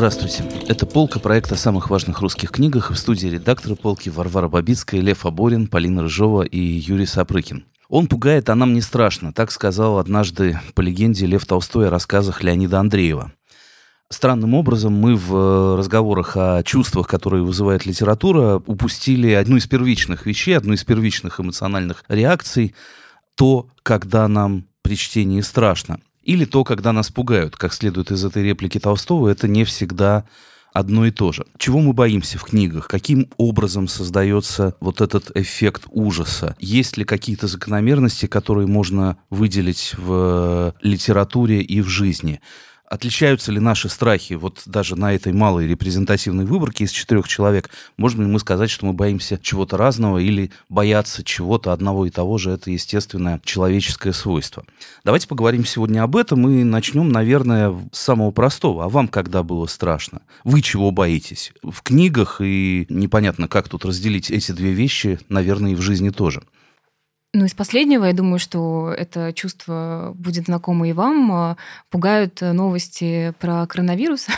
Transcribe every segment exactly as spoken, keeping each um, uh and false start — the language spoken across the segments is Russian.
Здравствуйте. Это «Полка», проект о самых важных русских книгах. В студии редакторы «Полки» Варвара Бабицкая, Лев Аборин, Полина Рыжова и Юрий Сапрыкин. «Он пугает, а нам не страшно», так сказал однажды по легенде Лев Толстой о рассказах Леонида Андреева. Странным образом мы в разговорах о чувствах, которые вызывает литература, упустили одну из первичных вещей, одну из первичных эмоциональных реакций – то, когда нам при чтении страшно. Или то, когда нас пугают. Как следует из этой реплики Толстого, это не всегда одно и то же. Чего мы боимся в книгах? Каким образом создается вот этот эффект ужаса? Есть ли какие-то закономерности, которые можно выделить в литературе и в жизни? Отличаются ли наши страхи вот даже на этой малой репрезентативной выборке из четырех человек? Можем ли мы сказать, что мы боимся чего-то разного или бояться чего-то одного и того же? Это естественное человеческое свойство. Давайте поговорим сегодня об этом и начнем, наверное, с самого простого. А вам когда было страшно? Вы чего боитесь? В книгах, и непонятно, как тут разделить эти две вещи, наверное, и в жизни тоже. Ну, из последнего, я думаю, что это чувство будет знакомо и вам. Пугают новости про коронавирус.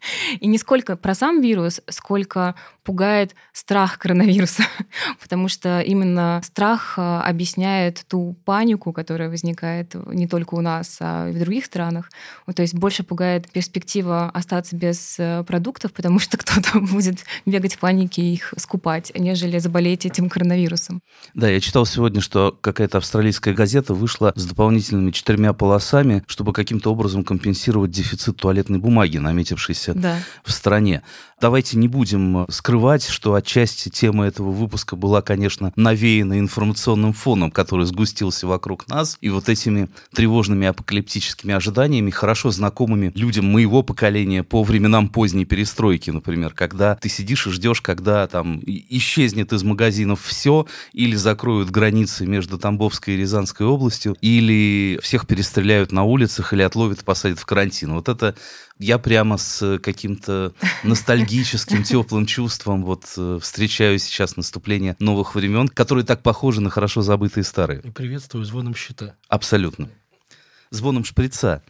И не сколько про сам вирус, сколько пугает страх коронавируса. Потому что именно страх объясняет ту панику, которая возникает не только у нас, а и в других странах. Вот, то есть больше пугает перспектива остаться без продуктов, потому что кто-то будет бегать в панике и их скупать, нежели заболеть этим коронавирусом. Да, я читал сегодня, что какая-то австралийская газета вышла с дополнительными четырьмя полосами, чтобы каким-то образом компенсировать дефицит туалетной бумаги, наметившийся да. в стране. Давайте не будем скрывать, что отчасти тема этого выпуска была, конечно, навеяна информационным фоном, который сгустился вокруг нас, и вот этими тревожными апокалиптическими ожиданиями, хорошо знакомыми людям моего поколения по временам поздней перестройки, например, когда ты сидишь и ждешь, когда там исчезнет из магазинов все, или закроют границы между Тамбовской и Рязанской областью, или всех перестреляют на улицах, или отловят и посадят в карантин. Вот это я прямо с каким-то ностальгическим, теплым чувством вот встречаю сейчас наступление новых времен, которые так похожи на хорошо забытые старые. И приветствую звоном щита. Абсолютно. Звоном шприца.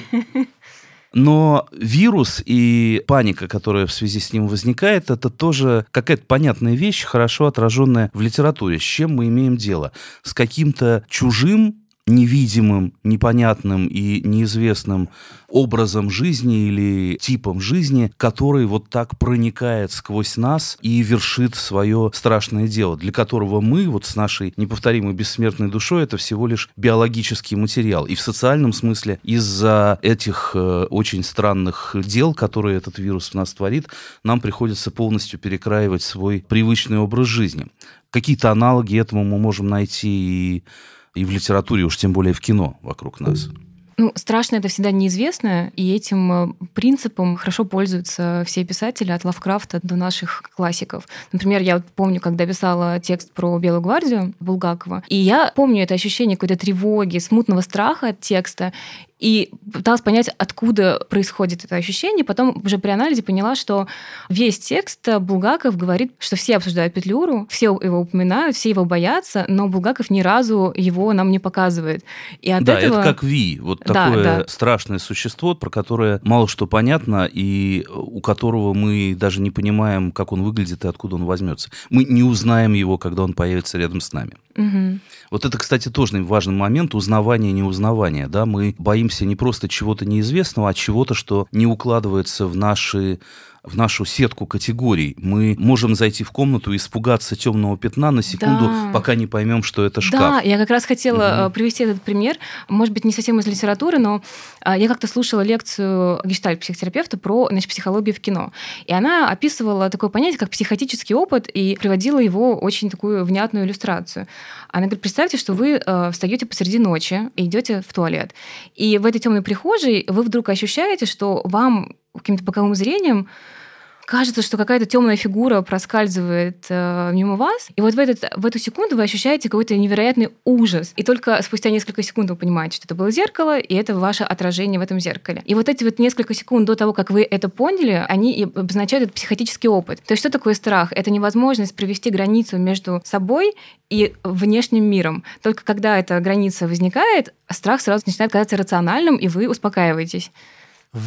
Но вирус и паника, которая в связи с ним возникает, это тоже какая-то понятная вещь, хорошо отраженная в литературе. С чем мы имеем дело? С каким-то чужим, невидимым, непонятным и неизвестным образом жизни или типом жизни, который вот так проникает сквозь нас и вершит свое страшное дело, для которого мы вот с нашей неповторимой бессмертной душой это всего лишь биологический материал. И в социальном смысле из-за этих э, очень странных дел, которые этот вирус в нас творит, нам приходится полностью перекраивать свой привычный образ жизни. Какие-то аналоги этому мы можем найти и И в литературе, уж тем более в кино вокруг нас. Ну, страшно это всегда неизвестно, и этим принципом хорошо пользуются все писатели от Лавкрафта до наших классиков. Например, я помню, когда писала текст про Белую гвардию Булгакова, и я помню это ощущение какой-то тревоги, смутного страха от текста, и пыталась понять, откуда происходит это ощущение. Потом уже при анализе поняла, что весь текст Булгаков говорит, что все обсуждают Петлюру, все его упоминают, все его боятся, но Булгаков ни разу его нам не показывает. И от да, этого... это как Ви, вот да, такое да. страшное существо, про которое мало что понятно, и у которого мы даже не понимаем, как он выглядит и откуда он возьмется. Мы не узнаем его, когда он появится рядом с нами. Угу. Вот это, кстати, тоже важный момент узнавания и неузнавания. Да? Мы боимся не просто чего-то неизвестного, а чего-то, что не укладывается в наши... в нашу сетку категорий. Мы можем зайти в комнату и испугаться темного пятна на секунду, да. пока не поймем, что это шкаф. Да, я как раз хотела угу. привести этот пример. Может быть, не совсем из литературы, но я как-то слушала лекцию гештальт-психотерапевта про, значит, психологию в кино. И она описывала такое понятие, как психотический опыт, и приводила его очень такую внятную иллюстрацию. Она говорит, представьте, что вы встаете посреди ночи и идете в туалет. И в этой темной прихожей вы вдруг ощущаете, что вам каким-то боковым зрением кажется, что какая-то темная фигура проскальзывает э, мимо вас, и вот в, этот, в эту секунду вы ощущаете какой-то невероятный ужас. И только спустя несколько секунд вы понимаете, что это было зеркало, и это ваше отражение в этом зеркале. И вот эти вот несколько секунд до того, как вы это поняли, они обозначают этот психотический опыт. То есть что такое страх? Это невозможность провести границу между собой и внешним миром. Только когда эта граница возникает, страх сразу начинает казаться рациональным, и вы успокаиваетесь. В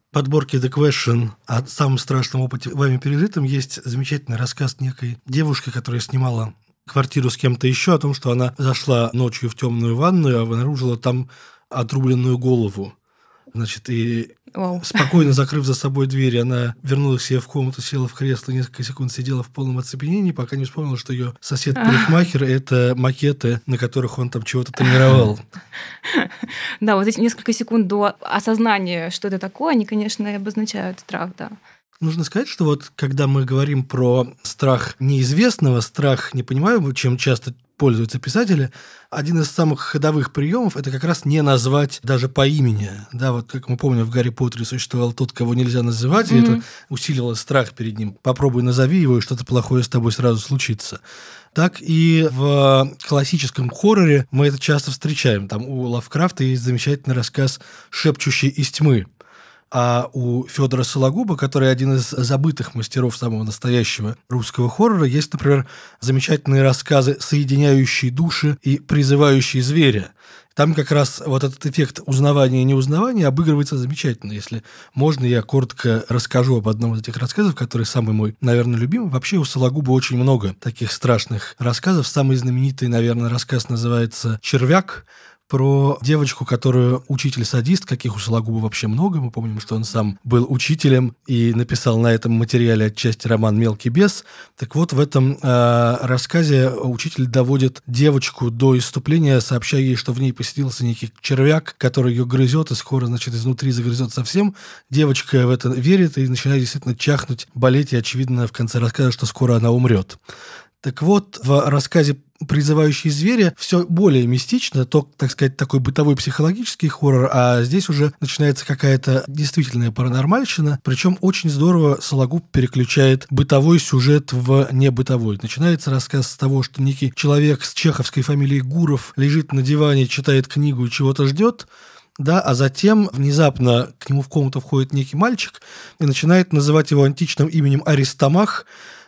подборке The Question о самом страшном опыте вами пережитом есть замечательный рассказ некой девушки, которая снимала квартиру с кем-то еще, о том, что она зашла ночью в темную ванную, а обнаружила там отрубленную голову. Значит, и Вау. спокойно закрыв за собой дверь, она вернулась себе в комнату, села в кресло, несколько секунд сидела в полном оцепенении, пока не вспомнила, что ее сосед-парикмахер – это макеты, на которых он там чего-то тренировал. Да, вот эти несколько секунд до осознания, что это такое, они, конечно, обозначают страх, да. Нужно сказать, что вот когда мы говорим про страх неизвестного, страх не понимаемого, чем часто пользуются писатели, один из самых ходовых приемов – это как раз не назвать даже по имени. Да, вот как мы помним, в «Гарри Поттере» существовал тот, кого нельзя называть, mm-hmm. и это усилило страх перед ним. Попробуй назови его, и что-то плохое с тобой сразу случится. Так и в классическом хорроре мы это часто встречаем. Там у Лавкрафта есть замечательный рассказ «Шепчущий из тьмы». А у Федора Сологуба, который один из забытых мастеров самого настоящего русского хоррора, есть, например, замечательные рассказы «Соединяющие души» и «Призывающие зверя». Там как раз вот этот эффект узнавания и неузнавания обыгрывается замечательно. Если можно, я коротко расскажу об одном из этих рассказов, который самый мой, наверное, любимый. Вообще у Сологуба очень много таких страшных рассказов. Самый знаменитый, наверное, рассказ называется «Червяк», про девочку, которую учитель-садист, каких у Сологуба вообще много. Мы помним, что он сам был учителем и написал на этом материале отчасти роман «Мелкий бес». Так вот, в этом э, рассказе учитель доводит девочку до исступления, сообщая ей, что в ней поселился некий червяк, который ее грызет и скоро, значит, изнутри загрызет совсем. Девочка в это верит и начинает действительно чахнуть, болеть, и очевидно в конце рассказа, что скоро она умрет. Так вот, в рассказе «Призывающие зверя» все более мистично, то, так сказать, такой бытовой психологический хоррор, а здесь уже начинается какая-то действительная паранормальщина, причем очень здорово Сологуб переключает бытовой сюжет в небытовой. Начинается рассказ с того, что некий человек с чеховской фамилией Гуров лежит на диване, читает книгу и чего-то ждет, да, а затем внезапно к нему в комнату входит некий мальчик и начинает называть его античным именем Аристомах,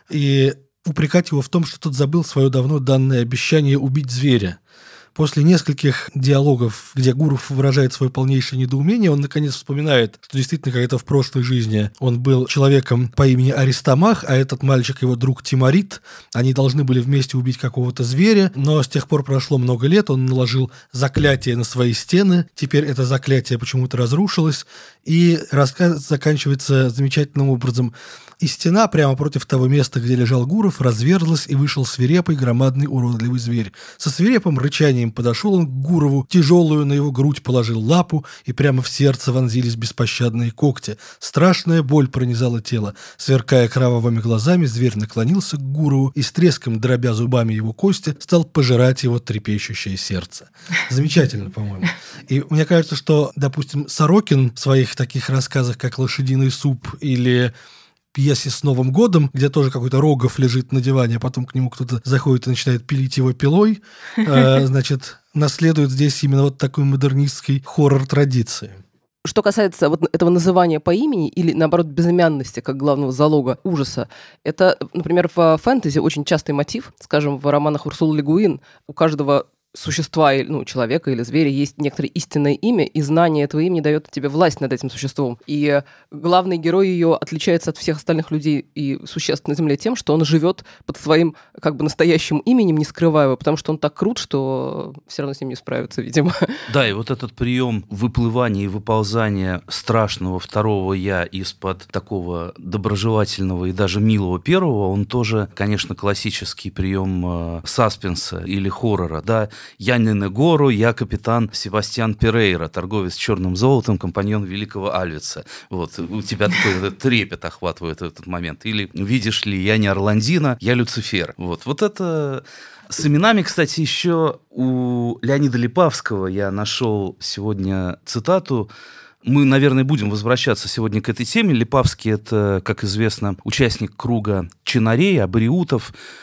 и упрекать его в том, что тот забыл свое давно данное обещание убить зверя. После нескольких диалогов, где Гуров выражает свое полнейшее недоумение, он наконец вспоминает, что действительно когда-то в прошлой жизни он был человеком по имени Аристомах, а этот мальчик его друг Тимарит. Они должны были вместе убить какого-то зверя, но с тех пор прошло много лет, он наложил заклятие на свои стены, теперь это заклятие почему-то разрушилось, и рассказ заканчивается замечательным образом. И стена прямо против того места, где лежал Гуров, разверзлась, и вышел свирепый, громадный, уродливый зверь. Со свирепым рычанием подошел он к Гурову, тяжелую на его грудь положил лапу, и прямо в сердце вонзились беспощадные когти. Страшная боль пронизала тело. Сверкая кровавыми глазами, зверь наклонился к Гурову и с треском, дробя зубами его кости, стал пожирать его трепещущее сердце. Замечательно, по-моему. И мне кажется, что, допустим, Сорокин в своих таких рассказах, как «Лошадиный суп» или пьесе «С Новым годом», где тоже какой-то Рогов лежит на диване, а потом к нему кто-то заходит и начинает пилить его пилой, э, значит, наследует здесь именно вот такой модернистской хоррор-традиции. Что касается вот этого называния по имени или, наоборот, безымянности как главного залога ужаса, это, например, в фэнтези очень частый мотив, скажем, в романах Урсулы Ле Гуин у каждого существа, ну, человека или зверя есть некоторое истинное имя, и знание этого имени дает тебе власть над этим существом. И главный герой ее отличается от всех остальных людей и существ на Земле тем, что он живет под своим как бы настоящим именем, не скрывая его, потому что он так крут, что все равно с ним не справиться, видимо. Да, и вот этот прием выплывания и выползания страшного второго «я» из-под такого доброжелательного и даже милого первого, он тоже, конечно, классический прием э, саспенса или хоррора, да. Я не Негоро, я капитан Себастьян Перейра, торговец черным золотом, компаньон великого Альвица. Вот, у тебя такой вот трепет охватывает в этот момент. Или, видишь ли, я не Орландина, я Люцифер. Вот, вот это... С именами, кстати, еще у Леонида Липавского я нашел сегодня цитату. Мы, наверное, будем возвращаться сегодня к этой теме. Липавский – это, как известно, участник круга чинарей, абориутов.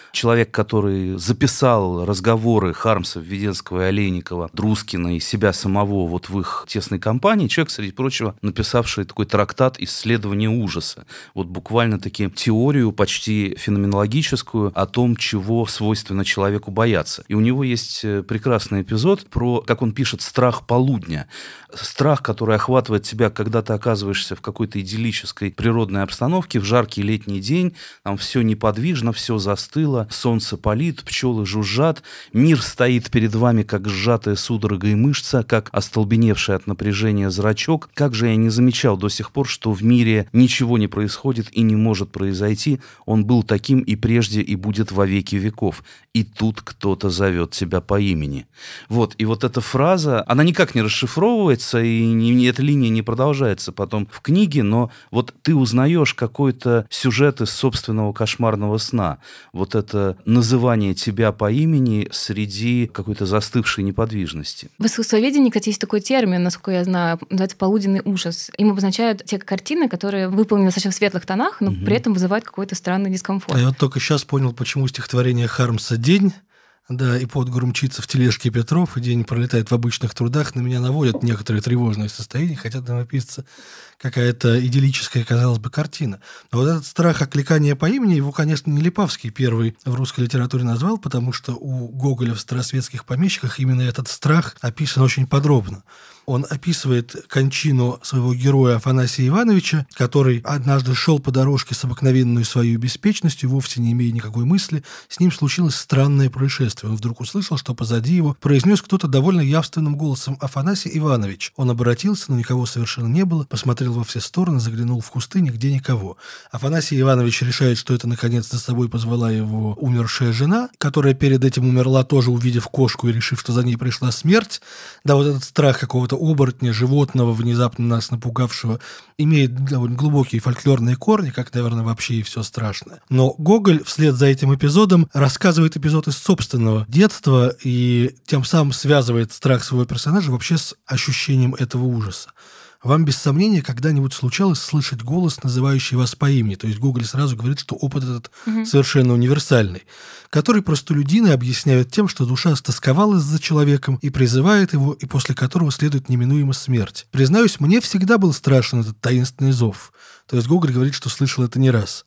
человек, который записал разговоры Хармса, Введенского и Олейникова, Друскина и себя самого вот в их тесной компании, человек, среди прочего, написавший такой трактат «Исследование ужаса». Вот буквально-таки теорию почти феноменологическую о том, чего свойственно человеку бояться. И у него есть прекрасный эпизод про, как он пишет, страх полудня. Страх, который охватывает тебя, когда ты оказываешься в какой-то идиллической природной обстановке, в жаркий летний день, там все неподвижно, все застыло, солнце палит, пчелы жужжат, мир стоит перед вами, как сжатая судорогой мышца, как остолбеневший от напряжения зрачок. Как же я не замечал до сих пор, что в мире ничего не происходит и не может произойти, он был таким и прежде, и будет во веки веков. И тут кто-то зовет тебя по имени. Вот, и вот эта фраза, она никак не расшифровывается, и не, эта линия не продолжается потом в книге, но вот ты узнаешь какой-то сюжет из собственного кошмарного сна. Вот это называние тебя по имени среди какой-то застывшей неподвижности. В искусствоведении, кстати, есть такой термин, насколько я знаю, называется полуденный ужас. Им обозначают те картины, которые выполнены достаточно в светлых тонах, но угу. при этом вызывают какой-то странный дискомфорт. А я вот только сейчас понял, почему стихотворение Хармса «День», да, и под гору мчится в тележке Петров, и день пролетает в обычных трудах, на меня наводят некоторые тревожные состояния, хотя там описывается какая-то идиллическая, казалось бы, картина. Но вот этот страх окликания по имени, его, конечно, не Липавский первый в русской литературе назвал, потому что у Гоголя в «Старосветских помещиках» именно этот страх описан очень подробно. Он описывает кончину своего героя Афанасия Ивановича, который однажды шел по дорожке с обыкновенной своей беспечностью, вовсе не имея никакой мысли. С ним случилось странное происшествие. Он вдруг услышал, что позади его произнес кто-то довольно явственным голосом: «Афанасий Иванович». Он обратился, но никого совершенно не было, посмотрел во все стороны, заглянул в кусты, нигде никого. Афанасий Иванович решает, что это, наконец, за собой позвала его умершая жена, которая перед этим умерла, тоже увидев кошку и решив, что за ней пришла смерть. Да, вот этот страх какого-то оборотня, животного, внезапно нас напугавшего, имеет довольно глубокие фольклорные корни, как, наверное, вообще и все страшное. Но Гоголь вслед за этим эпизодом рассказывает эпизод из собственного детства и тем самым связывает страх своего персонажа вообще с ощущением этого ужаса. Вам без сомнения когда-нибудь случалось слышать голос, называющий вас по имени? То есть Гоголь сразу говорит, что опыт этот угу. совершенно универсальный, который простолюдины объясняют тем, что душа стосковалась за человеком и призывает его, и после которого следует неминуемо смерть. Признаюсь, мне всегда был страшен этот таинственный зов. То есть Гоголь говорит, что слышал это не раз.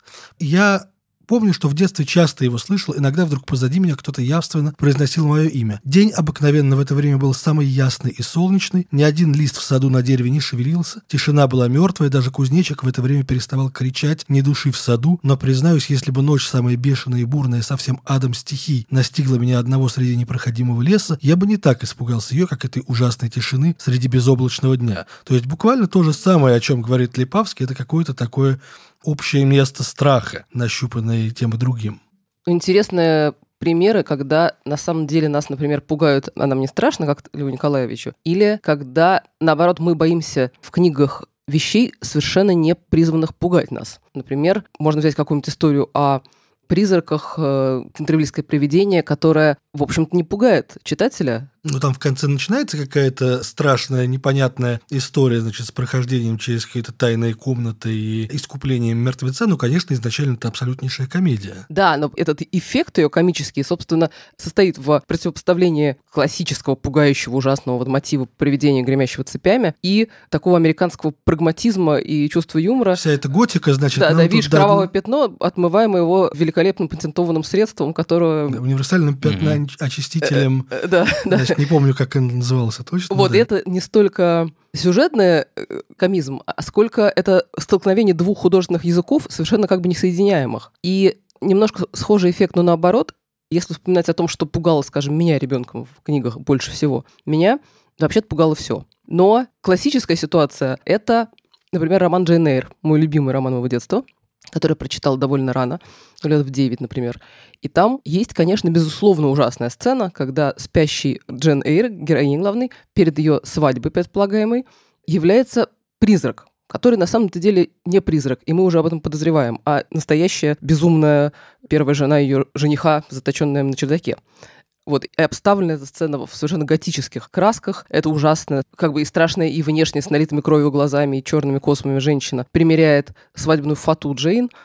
Я помню, что в детстве часто его слышал, иногда вдруг позади меня кто-то явственно произносил мое имя. День обыкновенно в это время был самый ясный и солнечный, ни один лист в саду на дереве не шевелился, тишина была мертвая, даже кузнечик в это время переставал кричать, ни души в саду, но, признаюсь, если бы ночь самая бешеная и бурная, совсем адом стихий, настигла меня одного среди непроходимого леса, я бы не так испугался ее, как этой ужасной тишины среди безоблачного дня. То есть буквально то же самое, о чем говорит Липавский, это какое-то такое общее место страха, нащупанное тем и другим. Интересные примеры, когда на самом деле нас, например, пугают, а нам не страшно, как Льву Николаевичу, или когда, наоборот, мы боимся в книгах вещей, совершенно не призванных пугать нас. Например, можно взять какую-нибудь историю о призраках, э, кентервильское привидение, которое, в общем-то, не пугает читателя. Ну, там в конце начинается какая-то страшная, непонятная история, значит, с прохождением через какие-то тайные комнаты и искуплением мертвеца. Ну, конечно, изначально это абсолютнейшая комедия. Да, но этот эффект ее комический, собственно, состоит в противопоставлении классического, пугающего, ужасного вот мотива привидения, гремящего цепями, и такого американского прагматизма и чувства юмора. Вся эта готика, значит... Да, да, видишь, тут, кровавое да, пятно, отмываемое его великолепным патентованным средством, которое... Да, универсальным пятноочистителем. Да, да. Не помню, как это называлось точно. Вот, да. это не столько сюжетный комизм, а сколько это столкновение двух художественных языков, совершенно как бы несоединяемых. И немножко схожий эффект, но наоборот, если вспоминать о том, что пугало, скажем, меня ребенком в книгах больше всего, меня вообще-то пугало все. Но классическая ситуация — это, например, роман Джейн Эйр, мой любимый роман моего детства, который я прочитала довольно рано, лет в девять, например. И там есть, конечно, безусловно ужасная сцена, когда спящий Джейн Эйр, героиня главной, перед ее свадьбой предполагаемой, является призрак, который на самом-то деле не призрак, и мы уже об этом подозреваем, а настоящая безумная первая жена ее жениха, заточенная на чердаке. Вот, и обставлена эта сцена в совершенно готических красках. Это ужасно, как бы и страшная, и внешне с налитыми кровью глазами, и черными космами женщина примеряет свадебную фату Джейн,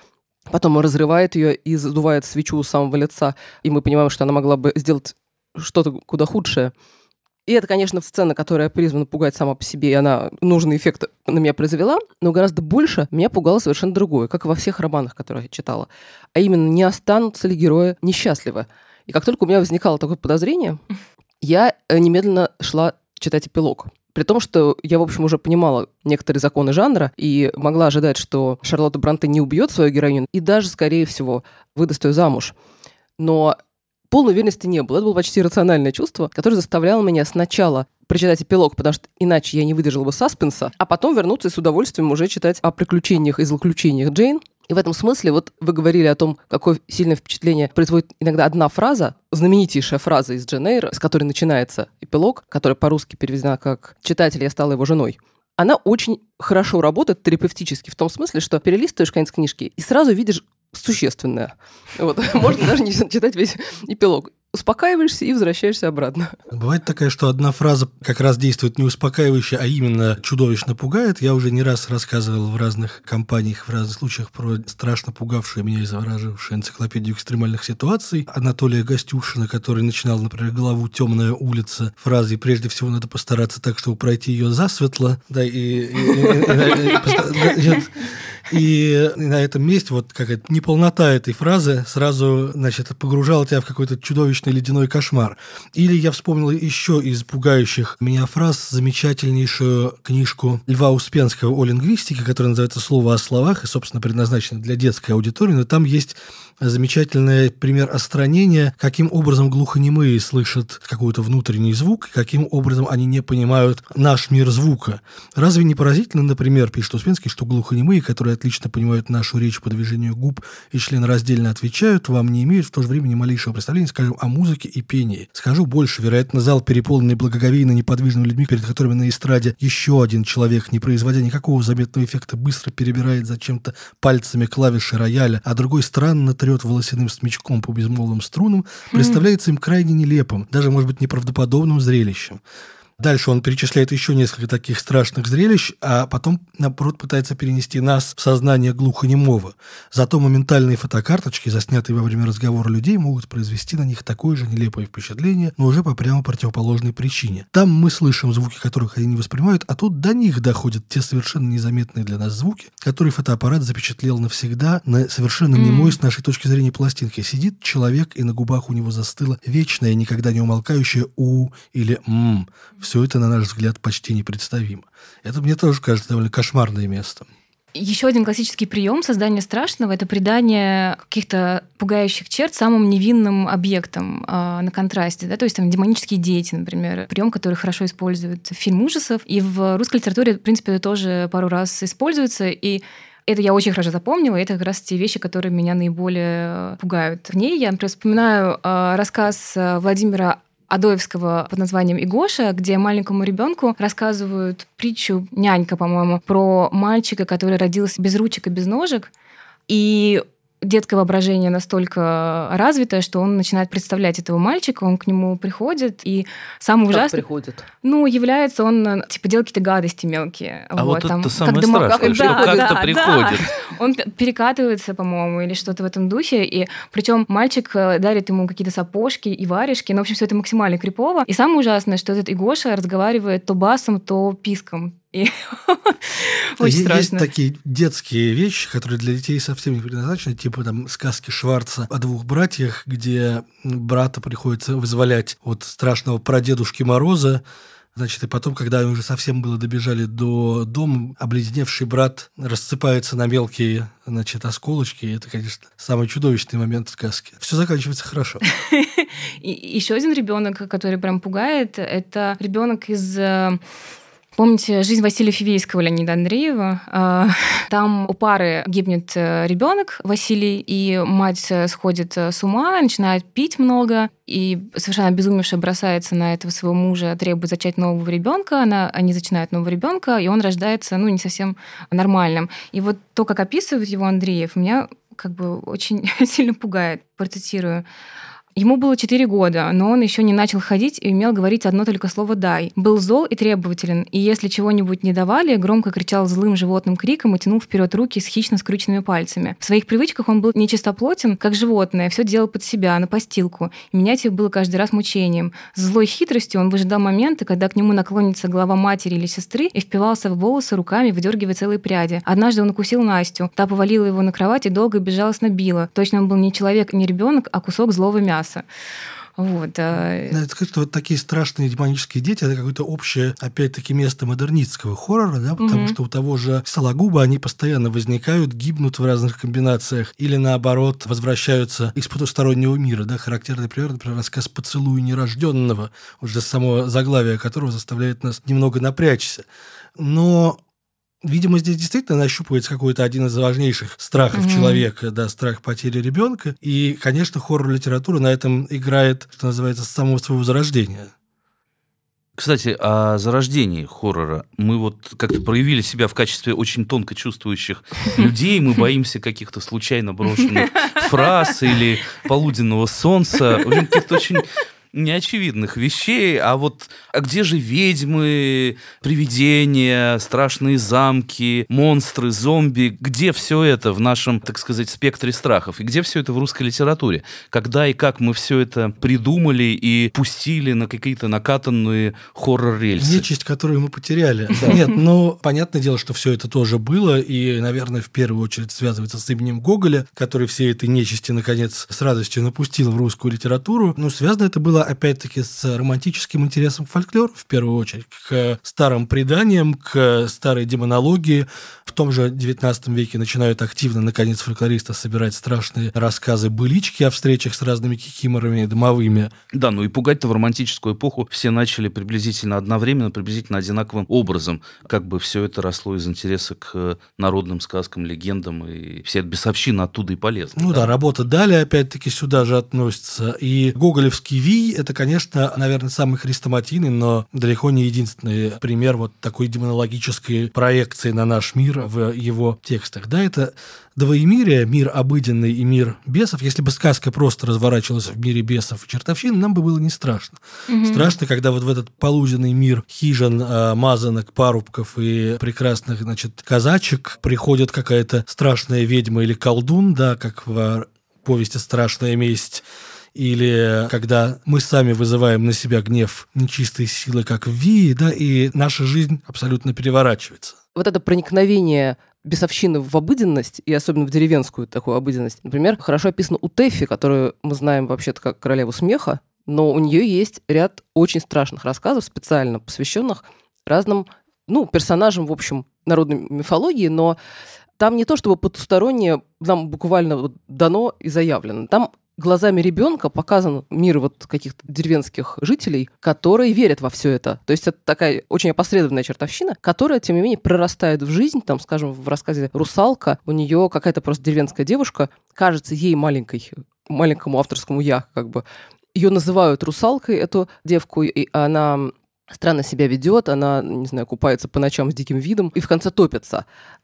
Потом разрывает ее и задувает свечу у самого лица, и мы понимаем, что она могла бы сделать что-то куда худшее. И это, конечно, сцена, которая призвана пугать сама по себе, и она нужный эффект на меня произвела, но гораздо больше меня пугало совершенно другое, как и во всех романах, которые я читала. А именно, не останутся ли герои несчастливы. И как только у меня возникало такое подозрение, я немедленно шла читать эпилог. При том, что я, в общем, уже понимала некоторые законы жанра и могла ожидать, что Шарлотта Бронте не убьет свою героиню и даже, скорее всего, выдаст ее замуж. Но полной уверенности не было. Это было почти рациональное чувство, которое заставляло меня сначала прочитать эпилог, потому что иначе я не выдержала бы саспенса, а потом вернуться и с удовольствием уже читать о приключениях и злоключениях Джейн. И в этом смысле вот вы говорили о том, какое сильное впечатление производит иногда одна фраза, знаменитейшая фраза из Джейн Эйр, с которой начинается эпилог, которая по-русски переведена как «Читатель, я стала его женой». Она очень хорошо работает терапевтически в том смысле, что перелистываешь конец книжки и сразу видишь существенное. Вот. Можно даже не читать весь эпилог. Успокаиваешься и возвращаешься обратно. Бывает такая, что одна фраза как раз действует не успокаивающе, а именно чудовищно пугает. Я уже не раз рассказывал в разных компаниях, в разных случаях про страшно пугавшую меня и завораживавшую энциклопедию экстремальных ситуаций Анатолия Гостюшина, который начинал, например, главу «Темная улица» фразой «Прежде всего надо постараться так, чтобы пройти ее засветло». Да, и И на этом месте вот какая-то неполнота этой фразы сразу, значит, погружала тебя в какой-то чудовищный ледяной кошмар. Или я вспомнил еще из пугающих меня фраз замечательнейшую книжку Льва Успенского о лингвистике, которая называется «Слово о словах» и, собственно, предназначена для детской аудитории, но там есть замечательный пример остранения, каким образом глухонемые слышат какой-то внутренний звук, и каким образом они не понимают наш мир звука. Разве не поразительно, например, пишет Успенский, что глухонемые, которые отлично понимают нашу речь по движению губ и членораздельно отвечают, вам не имеют в то же время ни малейшего представления, скажем, о музыке и пении. Скажу больше, вероятно, зал, переполненный благоговейно неподвижными людьми, перед которыми на эстраде еще один человек, не производя никакого заметного эффекта, быстро перебирает зачем-то пальцами клавиши рояля, а другой странно трет волосяным смычком по безмолвным струнам, представляется им крайне нелепым, даже, может быть, неправдоподобным зрелищем. Дальше он перечисляет еще несколько таких страшных зрелищ, а потом, наоборот, пытается перенести нас в сознание глухонемого. Зато моментальные фотокарточки, заснятые во время разговора людей, могут произвести на них такое же нелепое впечатление, но уже по прямо противоположной причине. Там мы слышим звуки, которых они не воспринимают, а тут до них доходят те совершенно незаметные для нас звуки, которые фотоаппарат запечатлел навсегда на совершенно немой с нашей точки зрения пластинке. Сидит человек, и на губах у него застыло вечное, никогда не умолкающее «у» или «м». Все это, на наш взгляд, почти непредставимо. Это, мне тоже кажется, довольно кошмарное место. Еще один классический прием создания страшного – это придание каких-то пугающих черт самым невинным объектам э, на контрасте. Да? То есть там демонические дети, например. Прием, который хорошо используют в фильме ужасов. И в русской литературе, в принципе, это тоже пару раз используется. И это я очень хорошо запомнила, и это как раз те вещи, которые меня наиболее пугают в ней. Я, например, вспоминаю э, рассказ Владимира Адоевского под названием «Игоша», где маленькому ребенку рассказывают притчу, нянька, по-моему, про мальчика, который родился без ручек и без ножек, и детское воображение настолько развитое, что он начинает представлять этого мальчика, он к нему приходит, и самое ужасное... Как приходит? Ну, является он, типа, делает какие-то гадости мелкие. А вот, вот там, это самое дома... страшное, да, что да, как-то да, приходит. Да. Он перекатывается, по-моему, или что-то в этом духе, и причем мальчик дарит ему какие-то сапожки и варежки, но, в общем, все это максимально крипово. И самое ужасное, что этот Игоша разговаривает то басом, то писком. И очень страшно. Есть такие детские вещи, которые для детей совсем не предназначены, типа там сказки Шварца о двух братьях, где брата приходится вызволять от страшного прадедушки Мороза. Значит, и потом, когда они уже совсем было добежали до дома, обледеневший брат рассыпается на мелкие, значит, осколочки. И это, конечно, самый чудовищный момент в сказке. Все заканчивается хорошо. И еще один ребенок, который прям пугает, это ребенок из... Помните «Жизнь Василия Фивейского» Леонида Андреева? Там у пары гибнет ребенок Василий, и мать сходит с ума, начинает пить много, и совершенно обезумевшая бросается на этого своего мужа, требует зачать нового ребенка. Она, они зачинают нового ребенка, и он рождается, ну, не совсем нормальным. И вот то, как описывает его Андреев, меня как бы очень сильно пугает. Процитирую. Ему было четыре года, но он еще не начал ходить и умел говорить одно только слово «дай». Был зол и требователен, и если чего-нибудь не давали, громко кричал злым животным криком и тянул вперед руки с хищно скрюченными пальцами. В своих привычках он был нечистоплотен, как животное, все делал под себя, на постилку. И менять их было каждый раз мучением. С злой хитростью он выжидал моменты, когда к нему наклонится голова матери или сестры и впивался в волосы руками, выдергивая целые пряди. Однажды он укусил Настю. Та повалила его на кровать и долго безжалостно била. Точно он был не человек, не ребенок, а кусок злого мяса. Вот. Надо сказать, что вот такие страшные демонические дети – это какое-то общее, опять-таки, место модернистского хоррора, да, потому mm-hmm. что у того же Сологуба они постоянно возникают, гибнут в разных комбинациях или, наоборот, возвращаются из потустороннего мира. Да, характерный пример, например, рассказ «Поцелуй нерожденного», уже само заглавие которого заставляет нас немного напрячься. Но видимо, здесь действительно нащупывается какой-то один из важнейших страхов mm-hmm. человека, да, страх потери ребенка. И, конечно, хоррор-литература на этом играет, что называется, с самого своего зарождения. Кстати, о зарождении хоррора. Мы вот как-то проявили себя в качестве очень тонко чувствующих людей. Мы боимся каких-то случайно брошенных фраз или полуденного солнца. В общем, каких-то очень неочевидных вещей, а вот а где же ведьмы, привидения, страшные замки, монстры, зомби, где все это в нашем, так сказать, спектре страхов, и где все это в русской литературе? Когда и как мы все это придумали и пустили на какие-то накатанные хоррор-рельсы? Нечисть, которую мы потеряли. Нет, ну, понятное дело, что все это тоже было, и, наверное, в первую очередь связывается с именем Гоголя, который все этой нечисти, наконец, с радостью напустил в русскую литературу. Но связано это было опять-таки с романтическим интересом к фольклору, в первую очередь, к старым преданиям, к старой демонологии. В том же девятнадцатом веке начинают активно, наконец, фольклористы собирать страшные рассказы-былички о встречах с разными кикиморами домовыми. Да, ну и пугать-то в романтическую эпоху все начали приблизительно одновременно, приблизительно одинаковым образом. Как бы все это росло из интереса к народным сказкам, легендам, и вся эта бесовщина оттуда и полезла. Ну да, да работа «Далее» опять-таки сюда же относится. И гоголевский вий – это, конечно, наверное, самый хрестоматийный, но далеко не единственный пример вот такой демонологической проекции на наш мир в его текстах. Да, это двоемирие, мир обыденный и мир бесов. Если бы сказка просто разворачивалась в мире бесов и чертовщины, нам бы было не страшно. Mm-hmm. Страшно, когда вот в этот полуденный мир хижин, мазанок, парубков и прекрасных, значит, казачек приходит какая-то страшная ведьма или колдун, да, как в повести «Страшная месть», или когда мы сами вызываем на себя гнев нечистой силы, как в Вии, да, и наша жизнь абсолютно переворачивается. Вот это проникновение бесовщины в обыденность, и особенно в деревенскую такую обыденность, например, хорошо описано у Тэффи, которую мы знаем вообще-то как королеву смеха, но у нее есть ряд очень страшных рассказов, специально посвященных разным, ну, персонажам, в общем, народной мифологии, но там не то, чтобы потустороннее нам буквально дано и заявлено. Там глазами ребенка показан мир вот каких-то деревенских жителей, которые верят во все это. То есть это такая очень опосредованная чертовщина, которая, тем не менее, прорастает в жизнь. Там, скажем, в рассказе «Русалка» у нее какая-то просто деревенская девушка, кажется ей маленькой, маленькому авторскому «я», как бы. Ее называют русалкой, эту девку, и она странно себя ведет, она, не знаю, купается по ночам с диким видом и в конце топится.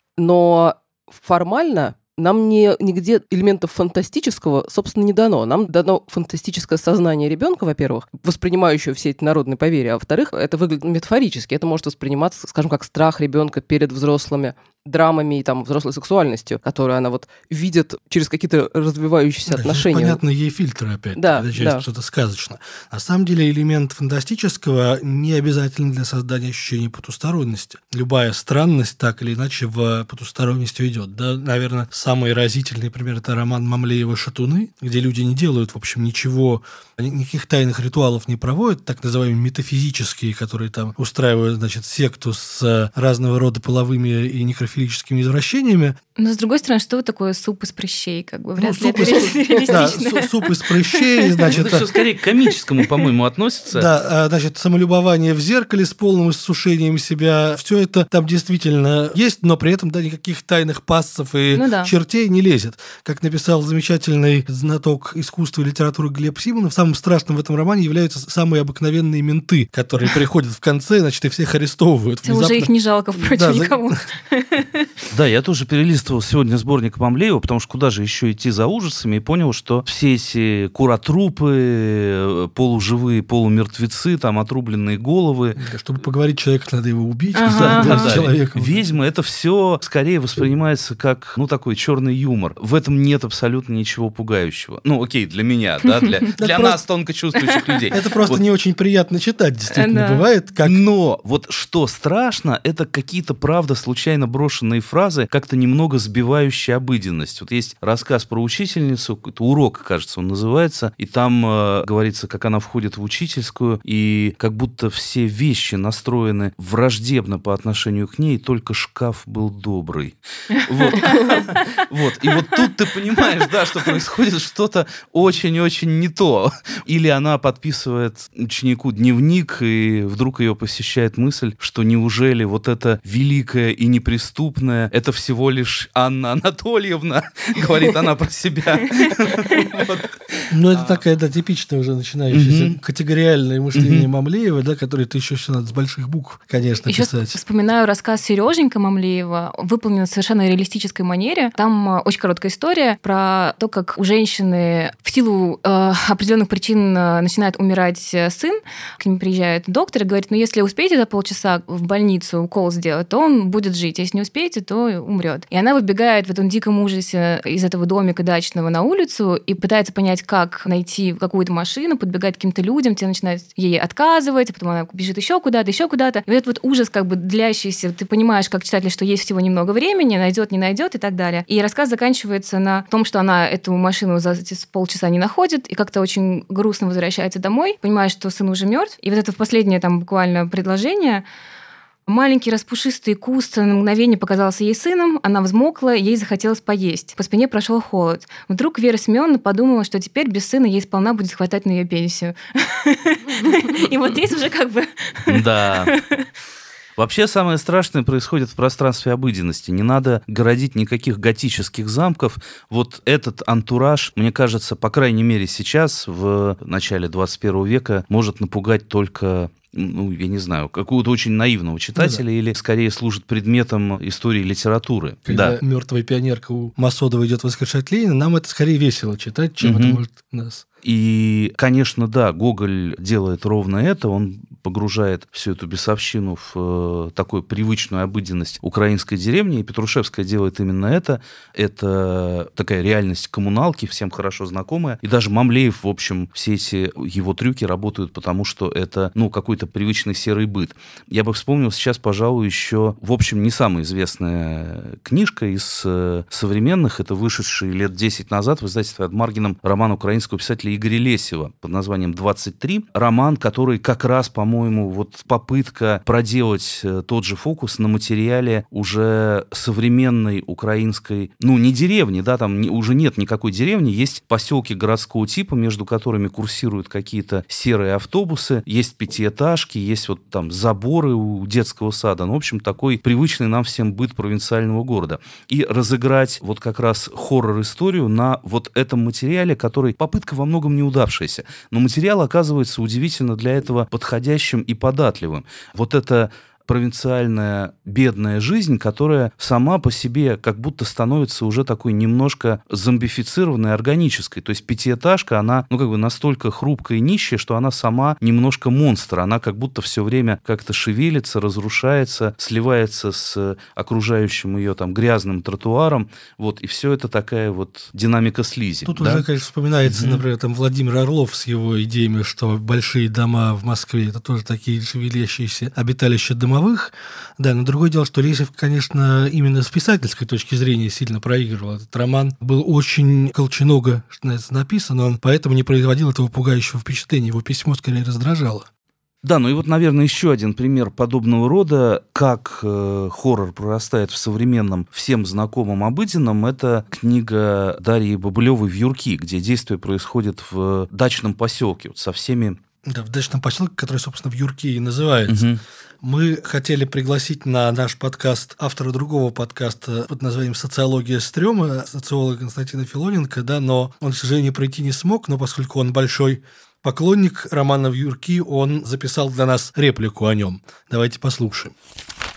Но формально нам не, нигде элементов фантастического, собственно, не дано. Нам дано фантастическое сознание ребенка, во-первых, воспринимающего все эти народные поверья, а во-вторых, это выглядит метафорически. Это может восприниматься, скажем, как страх ребенка перед взрослыми драмами и там, взрослой сексуальностью, которую она вот видит через какие-то развивающиеся да, отношения. Понятно, ей фильтры опять. Да, это часть да. что-то сказочное. На самом деле элемент фантастического не обязательно для создания ощущения потусторонности. Любая странность так или иначе в потусторонность ведет. Да, наверное, самый разительный пример – это роман Мамлеева «Шатуны», где люди не делают, в общем, ничего, никаких тайных ритуалов не проводят, так называемые метафизические, которые там устраивают, значит, секту с разного рода половыми и некрофилическими извращениями. Но, с другой стороны, что такое суп из прыщей? Как бы, вряд ну, ли суп, это реалистично. Да, суп из прыщей, значит... Это все скорее к комическому, по-моему, относится. Да, значит, самолюбование в зеркале с полным иссушением себя, все это там действительно есть, но при этом, да, никаких тайных пассов и ну, да. чертей не лезет. Как написал замечательный знаток искусства и литературы Глеб Симонов, самым страшным в этом романе являются самые обыкновенные менты, которые приходят в конце, значит, и всех арестовывают. Уже их не жалко, впрочем, никому. Да, я тоже перелистывал сегодня сборник Мамлеева, потому что куда же еще идти за ужасами, и понял, что все эти куротрупы, полуживые, полумертвецы, там отрубленные головы. Чтобы поговорить человека, надо его убить. Ага. Да, да, да. Человека. Ведьмы, это все скорее воспринимается как, ну, такой черный юмор. В этом нет абсолютно ничего пугающего. Ну, окей, для меня, да, для, для нас, тонко чувствующих людей. Это просто вот. Не очень приятно читать, действительно, да. бывает. Как... Но вот что страшно, это какие-то, правда, случайно брошенные фразы, как-то немного сбивающие обыденность. Вот есть рассказ про учительницу, это урок, кажется, он называется, и там э, говорится, как она входит в учительскую, и как будто все вещи настроены враждебно по отношению к ней, только шкаф был добрый. Вот. Вот. И вот тут ты понимаешь, да, что происходит что-то очень-очень не то. Или она подписывает ученику дневник, и вдруг ее посещает мысль, что неужели вот это великое и неприступное, это всего лишь Анна Анатольевна, говорит она про себя. Ну, это такая, да, типичная уже начинающаяся категориальное мышление Мамлеева, да, которое ты еще надо с больших букв, конечно, еще писать. Вспоминаю рассказ Сереженька Мамлеева, выполнен в совершенно реалистической манере. Там очень короткая история про то, как у женщины в силу э, определенных причин начинает умирать сын, к ним приезжает доктор и говорит, ну, если успеете за полчаса в больницу укол сделать, то он будет жить, если не успеете, то умрет. И она выбегает в этом диком ужасе из этого домика дачного на улицу и пытается понять, как найти какую-то машину, подбегает к каким-то людям, те начинают ей отказывать, а потом она бежит еще куда-то, еще куда-то. И этот вот ужас как бы длящийся, ты понимаешь, как читатель, что есть всего немного времени, найдет, не найдет и так далее. И рассказ заканчивается на том, что она эту машину за эти полчаса не находит и как-то очень грустно возвращается домой, понимает, что сын уже мертв. И вот это в последнее там буквально предложение. Маленький распушистый куст на мгновение показался ей сыном, она взмокла, ей захотелось поесть. По спине прошел холод. Вдруг Вера Семеновна подумала, что теперь без сына ей сполна будет хватать на ее пенсию. И вот здесь уже как бы... Да. Вообще самое страшное происходит в пространстве обыденности. Не надо городить никаких готических замков. Вот этот антураж, мне кажется, по крайней мере сейчас, в начале двадцать первого века, может напугать только... ну, я не знаю, какого-то очень наивного читателя, ну, да. Или скорее служит предметом истории литературы. Когда да. мертвая пионерка у Масодова идет воскрешать Ленина, нам это скорее весело читать, чем угу. это может нас. И, конечно, да, Гоголь делает ровно это, он погружает всю эту бесовщину в э, такую привычную обыденность украинской деревни, и Петрушевская делает именно это. Это такая реальность коммуналки, всем хорошо знакомая. И даже Мамлеев, в общем, все эти его трюки работают, потому что это, ну, какой-то привычный серый быт. Я бы вспомнил сейчас, пожалуй, еще, в общем, не самая известная книжка из э, современных, это вышедший лет десять назад в издательстве Адмаргином роман украинского писателя Игоря Лесева под названием «двадцать три». Роман, который как раз, по-моему, вот попытка проделать тот же фокус на материале уже современной украинской, ну, не деревни, да, там не, уже нет никакой деревни, есть поселки городского типа, между которыми курсируют какие-то серые автобусы, есть пятиэтажки, есть вот там заборы у детского сада, ну, в общем, такой привычный нам всем быт провинциального города. И разыграть вот как раз хоррор-историю на вот этом материале, который попытка во многом неудавшаяся, но материал оказывается удивительно для этого подходящим и податливым. Вот это провинциальная бедная жизнь, которая сама по себе как будто становится уже такой немножко зомбифицированной, органической. То есть пятиэтажка, она, ну, как бы настолько хрупкая и нищая, что она сама немножко монстр. Она как будто все время как-то шевелится, разрушается, сливается с окружающим ее там грязным тротуаром. Вот, и все это такая вот динамика слизи. Тут да? уже, конечно, вспоминается, mm-hmm. например, там Владимир Орлов с его идеями, что большие дома в Москве — это тоже такие шевелящиеся обиталища домовых. Да, но другое дело, что Лесев, конечно, именно с писательской точки зрения сильно проигрывал. Этот роман был очень колченога, что называется, написан, он поэтому не производил этого пугающего впечатления. Его письмо скорее раздражало. Да, ну и вот, наверное, еще один пример подобного рода, как э, хоррор прорастает в современном, всем знакомом обыденном, это книга Дарьи Бобылевой «Вьюрки», где действие происходит в дачном поселке, вот со всеми... Да, в дачном поселке, который, собственно, Вьюрки и называется. Угу. Мы хотели пригласить на наш подкаст автора другого подкаста под названием «Социология стрёма», социолога Константина Филоненко, да, но он, к сожалению, пройти не смог, но поскольку он большой поклонник романа «Вьюрки», он записал для нас реплику о нем. Давайте послушаем.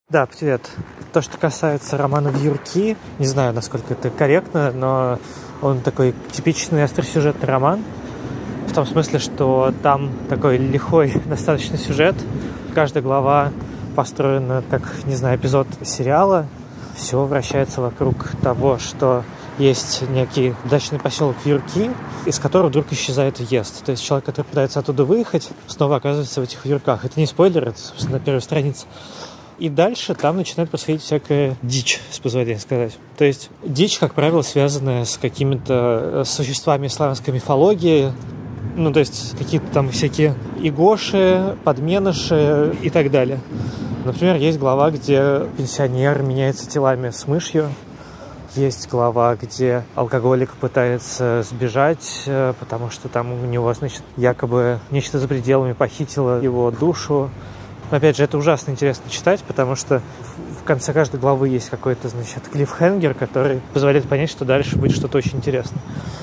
Да, привет. То, что касается романа «Вьюрки», не знаю, насколько это корректно, но он такой типичный остросюжетный роман. В том смысле, что там такой лихой достаточно сюжет. Каждая глава построена как, не знаю, эпизод сериала. Все вращается вокруг того, что есть некий дачный поселок Вьюрки, из которого вдруг исчезает въезд. То есть человек, который пытается оттуда выехать, снова оказывается в этих вьюрках. Это не спойлер, это, собственно, на первой странице. И дальше там начинает происходить всякая дичь, с позволения сказать. То есть дичь, как правило, связанная с какими-то существами славянской мифологии, ну, то есть какие-то там всякие игоши, подменыши и так далее. Например, есть глава, где пенсионер меняется телами с мышью. Есть глава, где алкоголик пытается сбежать, потому что там у него, значит, якобы нечто за пределами похитило его душу. Но, опять же, это ужасно интересно читать, потому что в конце каждой главы есть какой-то, значит, клиффхенгер, который позволяет понять, что дальше будет что-то очень интересное.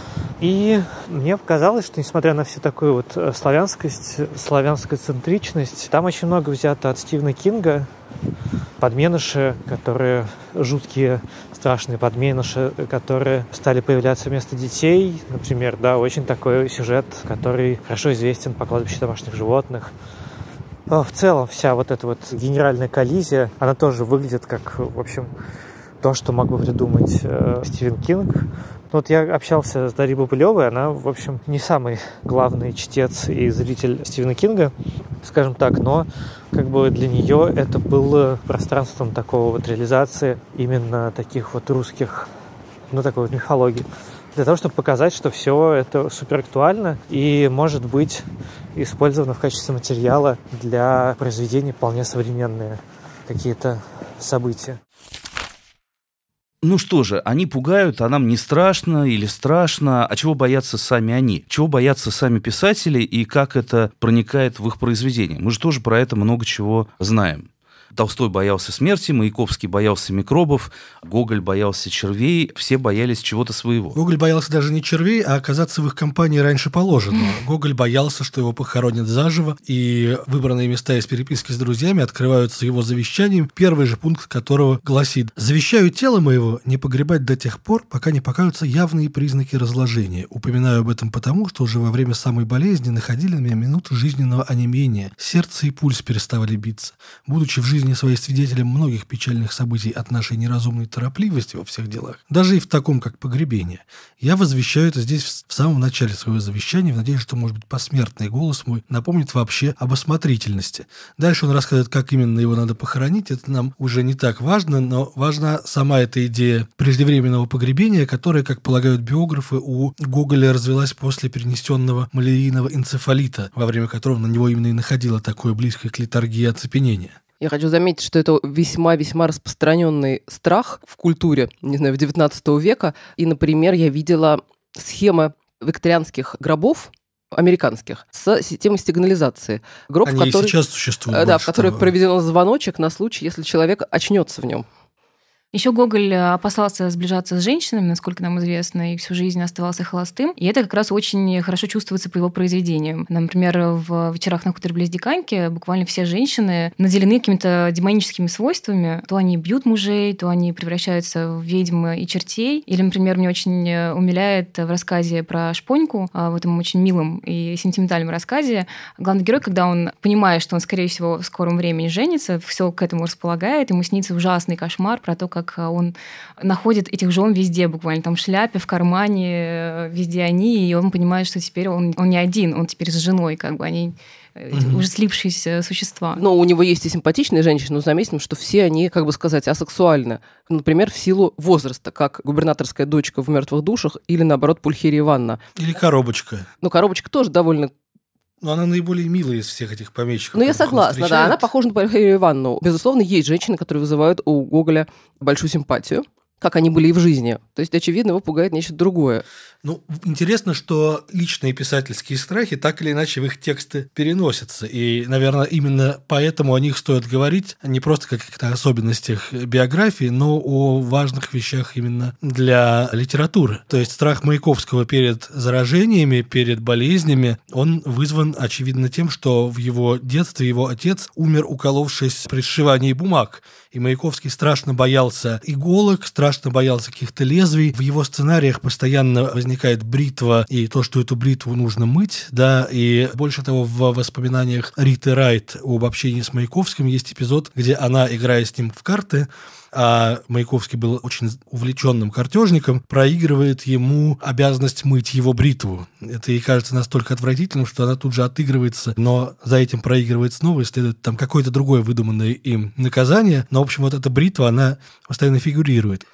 И мне показалось, что, несмотря на всю такую вот славянскость, славянскую центричность, там очень много взято от Стивена Кинга. Подменыши, которые жуткие, страшные подменыши, которые стали появляться вместо детей. Например, да, очень такой сюжет, который хорошо известен по кладбищу домашних животных. В целом вся вот эта вот генеральная коллизия, она тоже выглядит как, в общем, то, что мог бы придумать э, Стивен Кинг. Ну, вот я общался с Дарьей Бабылевой, она, в общем, не самый главный чтец и зритель Стивена Кинга, скажем так, но как бы для нее это было пространством такого вот реализации именно таких вот русских, ну, такой вот мифологии. Для того, чтобы показать, что все это супер актуально и может быть использовано в качестве материала для произведений вполне современные какие-то события. Ну что же, они пугают, а нам не страшно или страшно, а чего боятся сами они? Чего боятся сами писатели и как это проникает в их произведения? Мы же тоже про это много чего знаем. Толстой боялся смерти, Маяковский боялся микробов, Гоголь боялся червей, все боялись чего-то своего. Гоголь боялся даже не червей, а оказаться в их компании раньше положенного. Гоголь боялся, что его похоронят заживо, и выбранные места из переписки с друзьями открываются его завещанием, первый же пункт которого гласит: «Завещаю тело моего не погребать до тех пор, пока не покажутся явные признаки разложения. Упоминаю об этом потому, что уже во время самой болезни находили на меня минуты жизненного онемения, сердце и пульс переставали биться. Будучи в жизни своей свидетелем многих печальных событий от нашей неразумной торопливости во всех делах, даже и в таком, как погребение, я возвещаю это здесь в самом начале своего завещания, в надежде, что, может быть, посмертный голос мой напомнит вообще об осмотрительности». Дальше он рассказывает, как именно его надо похоронить. Это нам уже не так важно, но важна сама эта идея преждевременного погребения, которая, как полагают биографы, у Гоголя развелась после перенесенного малярийного энцефалита, во время которого на него именно и находило такое близкое к летаргии оцепенение. Я хочу заметить, что это весьма-весьма распространенный страх в культуре, не знаю, в девятнадцатого века. И, например, я видела схемы викторианских гробов, американских, с системой сигнализации. Гроб, Они в который, и сейчас существуют. да, в который того. проведен звоночек на случай, если человек очнется в нем. Еще Гоголь опасался сближаться с женщинами, насколько нам известно, и всю жизнь оставался холостым. И это как раз очень хорошо чувствуется по его произведениям. Например, в «Вечерах на хуторе близ Диканьки» буквально все женщины наделены какими-то демоническими свойствами. То они бьют мужей, то они превращаются в ведьм и чертей. Или, например, мне очень умиляет в рассказе про Шпоньку, в этом очень милом и сентиментальном рассказе, главный герой, когда он понимает, что он, скорее всего, в скором времени женится, все к этому располагает, ему снится ужасный кошмар про то, как он находит этих жен везде буквально, там в шляпе, в кармане, везде они, и он понимает, что теперь он, он не один, он теперь с женой, как бы они mm-hmm. уже слипшиеся существа. Но у него есть и симпатичные женщины, но заметим, что все они, как бы сказать, асексуальны. Например, в силу возраста, как губернаторская дочка в «Мертвых душах» или, наоборот, Пульхерия Ивановна. Или Коробочка. Но Коробочка тоже довольно... Но она наиболее милая из всех этих помещиков. Ну, я согласна, да. Она похожа на Пульхерию Ивановну. Безусловно, есть женщины, которые вызывают у Гоголя большую симпатию. как они были и в жизни. То есть, очевидно, его пугает нечто другое. Ну, интересно, что личные писательские страхи так или иначе в их тексты переносятся. И, наверное, именно поэтому о них стоит говорить не просто как о каких-то особенностях биографии, но о важных вещах именно для литературы. То есть страх Маяковского перед заражениями, перед болезнями, он вызван, очевидно, тем, что в его детстве его отец умер, уколовшись при сшивании бумаг. И Маяковский страшно боялся иголок, страшно боялся каких-то лезвий. В его сценариях постоянно возникает бритва, и то, что эту бритву нужно мыть, да, и больше того, в воспоминаниях Риты Райт об общении с Маяковским есть эпизод, где она, играя с ним в карты, а Маяковский был очень увлеченным картежником, проигрывает ему обязанность мыть его бритву. Это ей кажется настолько отвратительным, что она тут же отыгрывается, но за этим проигрывает снова, и следует там какое-то другое выдуманное им наказание. Но, в общем, вот эта бритва, она постоянно фигурирует.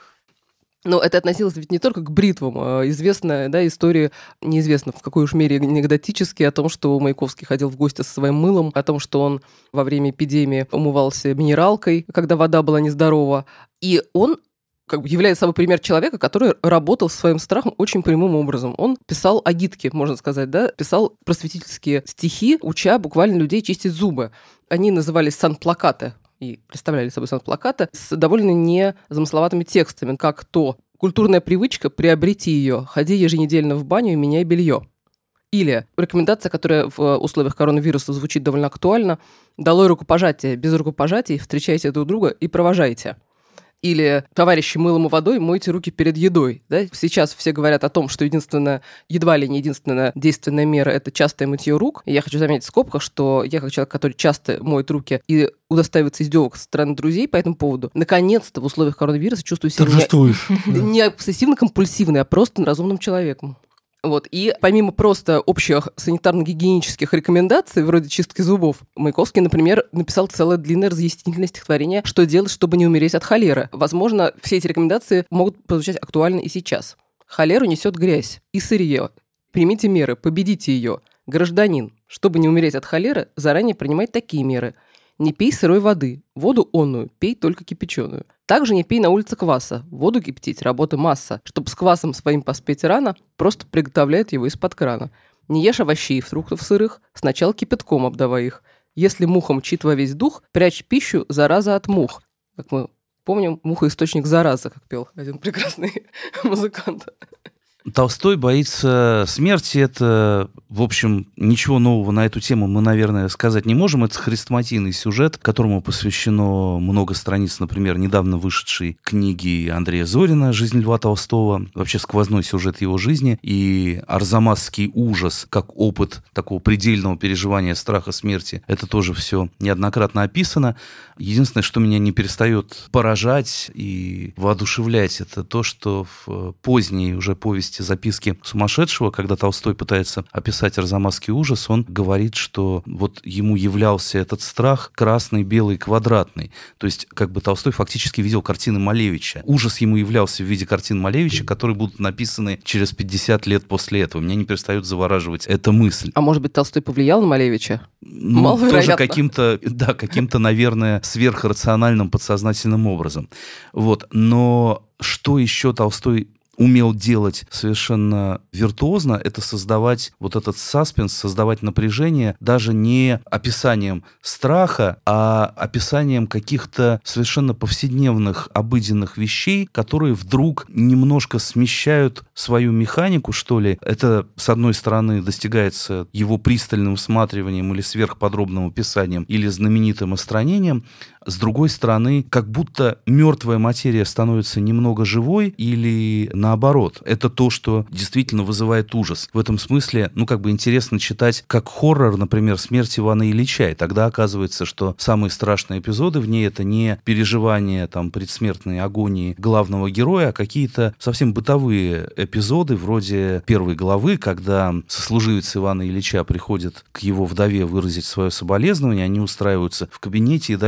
Но это относилось ведь не только к бритвам. Известная, да, история, неизвестно в какой уж мере анекдотически, о том, что Маяковский ходил в гости со своим мылом, о том, что он во время эпидемии умывался минералкой, когда вода была нездорова. И он как бы является собой пример человека, который работал со своим страхом очень прямым образом. Он писал агитки, можно сказать, да, писал просветительские стихи, уча буквально людей чистить зубы. Они назывались санплакаты. И представляли собой санплакаты с довольно незамысловатыми текстами, как то «Культурная привычка, приобрети ее, ходи еженедельно в баню и меняй белье». Или рекомендация, которая в условиях коронавируса звучит довольно актуально: «Долой рукопожатие, без рукопожатий встречайте друг друга и провожайте». Или «Товарищи, мылом и водой мойте руки перед едой». Да? Сейчас все говорят о том, что единственная, едва ли не единственная действенная мера – это частое мытье рук. И я хочу заметить в скобках, что я, как человек, который часто моет руки и удостаивается издевок со стороны друзей по этому поводу, наконец-то в условиях коронавируса чувствую себя не, не обсессивно-компульсивной, а просто разумным человеком. Вот. И помимо просто общих санитарно-гигиенических рекомендаций, вроде чистки зубов, Маяковский, например, написал целое длинное разъяснительное стихотворение «Что делать, чтобы не умереть от холеры?». Возможно, все эти рекомендации могут прозвучать актуально и сейчас. Холеру несет грязь и сырье. Примите меры, победите ее. Гражданин, чтобы не умереть от холеры, заранее принимать такие меры. Не пей сырой воды, воду онную, пей только кипяченую. Также не пей на улице кваса, воду кипятить, работа масса. Чтобы с квасом своим поспеть рано, просто приготовляют его из-под крана. Не ешь овощей и фруктов сырых, сначала кипятком обдавай их. Если муха мчит во весь дух, прячь пищу, зараза от мух. Как мы помним, муха – источник заразы, как пел один прекрасный музыкант. Толстой боится смерти. Это, в общем, ничего нового на эту тему мы, наверное, сказать не можем. Это хрестоматийный сюжет, которому посвящено много страниц, например, недавно вышедшей книги Андрея Зорина «Жизнь Льва Толстого», вообще сквозной сюжет его жизни, и арзамасский ужас, как опыт такого предельного переживания страха смерти. Это тоже все неоднократно описано. Единственное, что меня не перестает поражать и воодушевлять, это то, что в поздней уже повести «Записки сумасшедшего», когда Толстой пытается описать арзамасский ужас, он говорит, что вот ему являлся этот страх красный, белый, квадратный. То есть как бы Толстой фактически видел картины Малевича. Ужас ему являлся в виде картин Малевича, которые будут написаны через пятьдесят лет после этого. Меня не перестает завораживать эта мысль. А может быть, Толстой повлиял на Малевича? Ну, маловероятно. Тоже каким-то, да, каким-то, наверное, сверхрациональным, подсознательным образом. Вот. Но что еще Толстой умел делать совершенно виртуозно, это создавать вот этот саспенс, создавать напряжение даже не описанием страха, а описанием каких-то совершенно повседневных, обыденных вещей, которые вдруг немножко смещают свою механику, что ли. Это, с одной стороны, достигается его пристальным всматриванием или сверхподробным описанием, или знаменитым остранением. С другой стороны, как будто мертвая материя становится немного живой или наоборот. Это то, что действительно вызывает ужас. В этом смысле, ну, как бы интересно читать как хоррор, например, «Смерть Ивана Ильича». И тогда оказывается, что самые страшные эпизоды в ней — это не переживания там предсмертной агонии главного героя, а какие-то совсем бытовые эпизоды, вроде первой главы, когда сослуживец Ивана Ильича приходит к его вдове выразить свое соболезнование, они устраиваются в кабинете, и дальше следует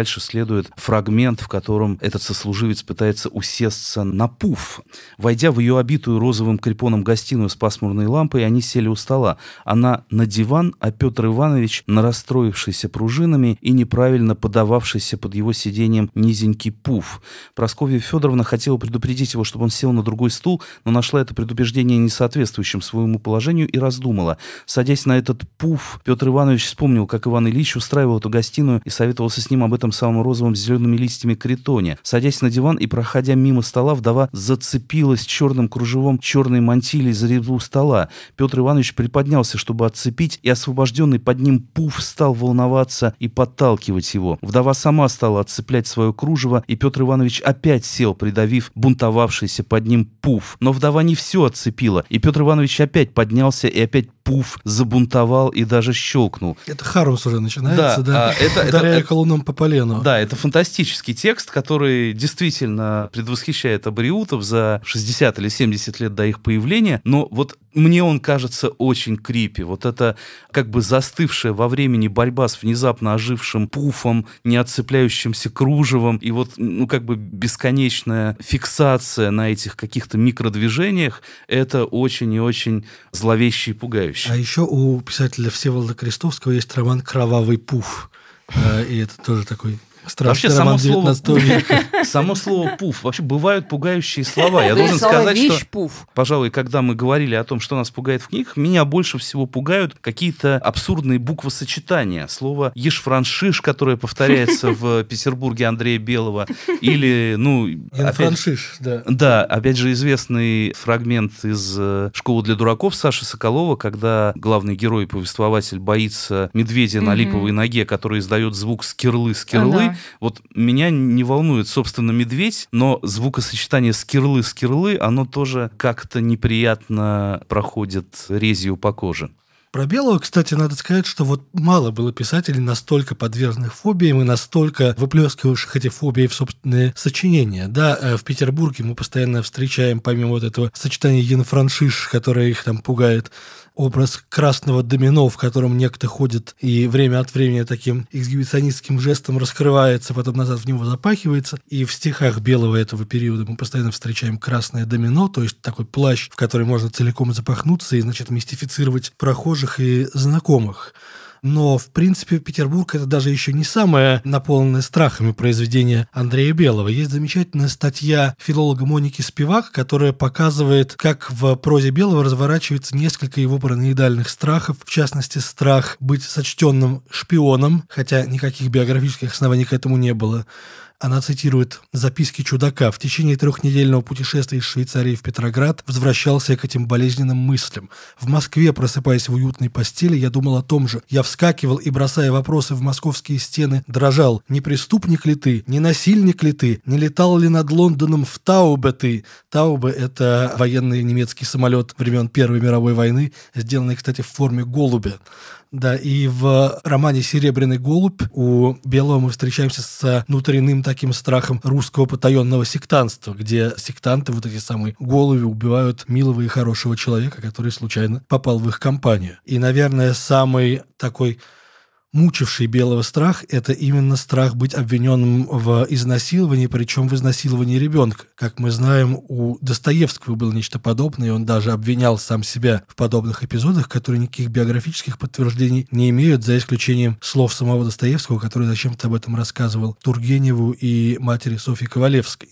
следует фрагмент, в котором этот сослуживец пытается усесться на пуф. Войдя в ее обитую розовым крепоном гостиную с пасмурной лампой, они сели у стола. Она на диван, а Петр Иванович на расстроившийся пружинами и неправильно подававшийся под его сиденьем низенький пуф. Прасковья Федоровна хотела предупредить его, чтобы он сел на другой стул, но нашла это предупреждение несоответствующим своему положению и раздумала. Садясь на этот пуф, Петр Иванович вспомнил, как Иван Ильич устраивал эту гостиную и советовался с ним об этом самом розовом с зелеными листьями критоне. Садясь на диван и проходя мимо стола, вдова зацепилась черным кружевом черной мантилии за резьбу стола. Петр Иванович приподнялся, чтобы отцепить, и освобожденный под ним пуф стал волноваться и подталкивать его. Вдова сама стала отцеплять свое кружево, и Петр Иванович опять сел, придавив бунтовавшийся под ним пуф. Но вдова не все отцепила, и Петр Иванович опять поднялся, и опять пуф забунтовал и даже щелкнул. Это Хармс уже начинается, да? да? А, это, Ударяя это, колуном по полену. Да, это фантастический текст, который действительно предвосхищает абориутов за шестьдесят или семьдесят лет до их появления, но вот мне он кажется очень крипи. Вот это как бы застывшая во времени борьба с внезапно ожившим пуфом, не отцепляющимся кружевом, и вот, ну, как бы бесконечная фиксация на этих каких-то микродвижениях, это очень и очень зловеще и пугающе. А еще у писателя Всеволода Крестовского есть роман «Кровавый пуф». И это тоже такой... Страшный вообще, роман само девятнадцатого века. Само слово «пуф». Вообще, бывают пугающие слова. Я Да и должен слова сказать, «вещь», что, «пуф». пожалуй, когда мы говорили о том, что нас пугает в книгах, меня больше всего пугают какие-то абсурдные буквосочетания. Слово «ешфраншиш», которое повторяется в Петербурге Андрея Белого, или, ну... Янфраншиш, да. Да, опять же, известный фрагмент из «Школы для дураков» Саши Соколова, когда главный герой, повествователь, боится медведя на липовой ноге, который издает звук «скирлы-скирлы». Ага. Вот меня не волнует, собственно, медведь, но звукосочетание «скирлы-скирлы», оно тоже как-то неприятно проходит резью по коже. Про Белого, кстати, надо сказать, что вот мало было писателей, настолько подверженных фобиям и настолько выплескивавших эти фобии в собственные сочинения. Да, в Петербурге мы постоянно встречаем, помимо вот этого сочетания янфраншиш, которое их там пугает, образ красного домино, в котором некто ходит и время от времени таким эксгибиционистским жестом раскрывается, потом назад в него запахивается. И в стихах Белого этого периода мы постоянно встречаем красное домино, то есть такой плащ, в который можно целиком запахнуться и, значит, мистифицировать прохожих и знакомых. Но, в принципе, Петербург — это даже еще не самое наполненное страхами произведение Андрея Белого. Есть замечательная статья филолога Моники Спивак, которая показывает, как в прозе Белого разворачивается несколько его параноидальных страхов, в частности, страх быть сочтенным шпионом, хотя никаких биографических оснований к этому не было. Она цитирует записки чудака. «В течение трехнедельного путешествия из Швейцарии в Петроград возвращался я к этим болезненным мыслям. В Москве, просыпаясь в уютной постели, я думал о том же. Я вскакивал и, бросая вопросы в московские стены, дрожал. Не преступник ли ты? Не насильник ли ты? Не летал ли над Лондоном в Таубе ты?» Таубе — это военный немецкий самолет времен Первой мировой войны, сделанный, кстати, в форме голубя. Да, и в романе «Серебряный голубь» у Белого мы встречаемся с внутренним таким страхом русского потаенного сектантства, где сектанты, вот эти самые голуби, убивают милого и хорошего человека, который случайно попал в их компанию. И, наверное, самый такой мучивший Белого страх — это именно страх быть обвиненным в изнасиловании, причем в изнасиловании ребенка. Как мы знаем, у Достоевского было нечто подобное, и он даже обвинял сам себя в подобных эпизодах, которые никаких биографических подтверждений не имеют, за исключением слов самого Достоевского, который зачем-то об этом рассказывал Тургеневу и матери Софьи Ковалевской.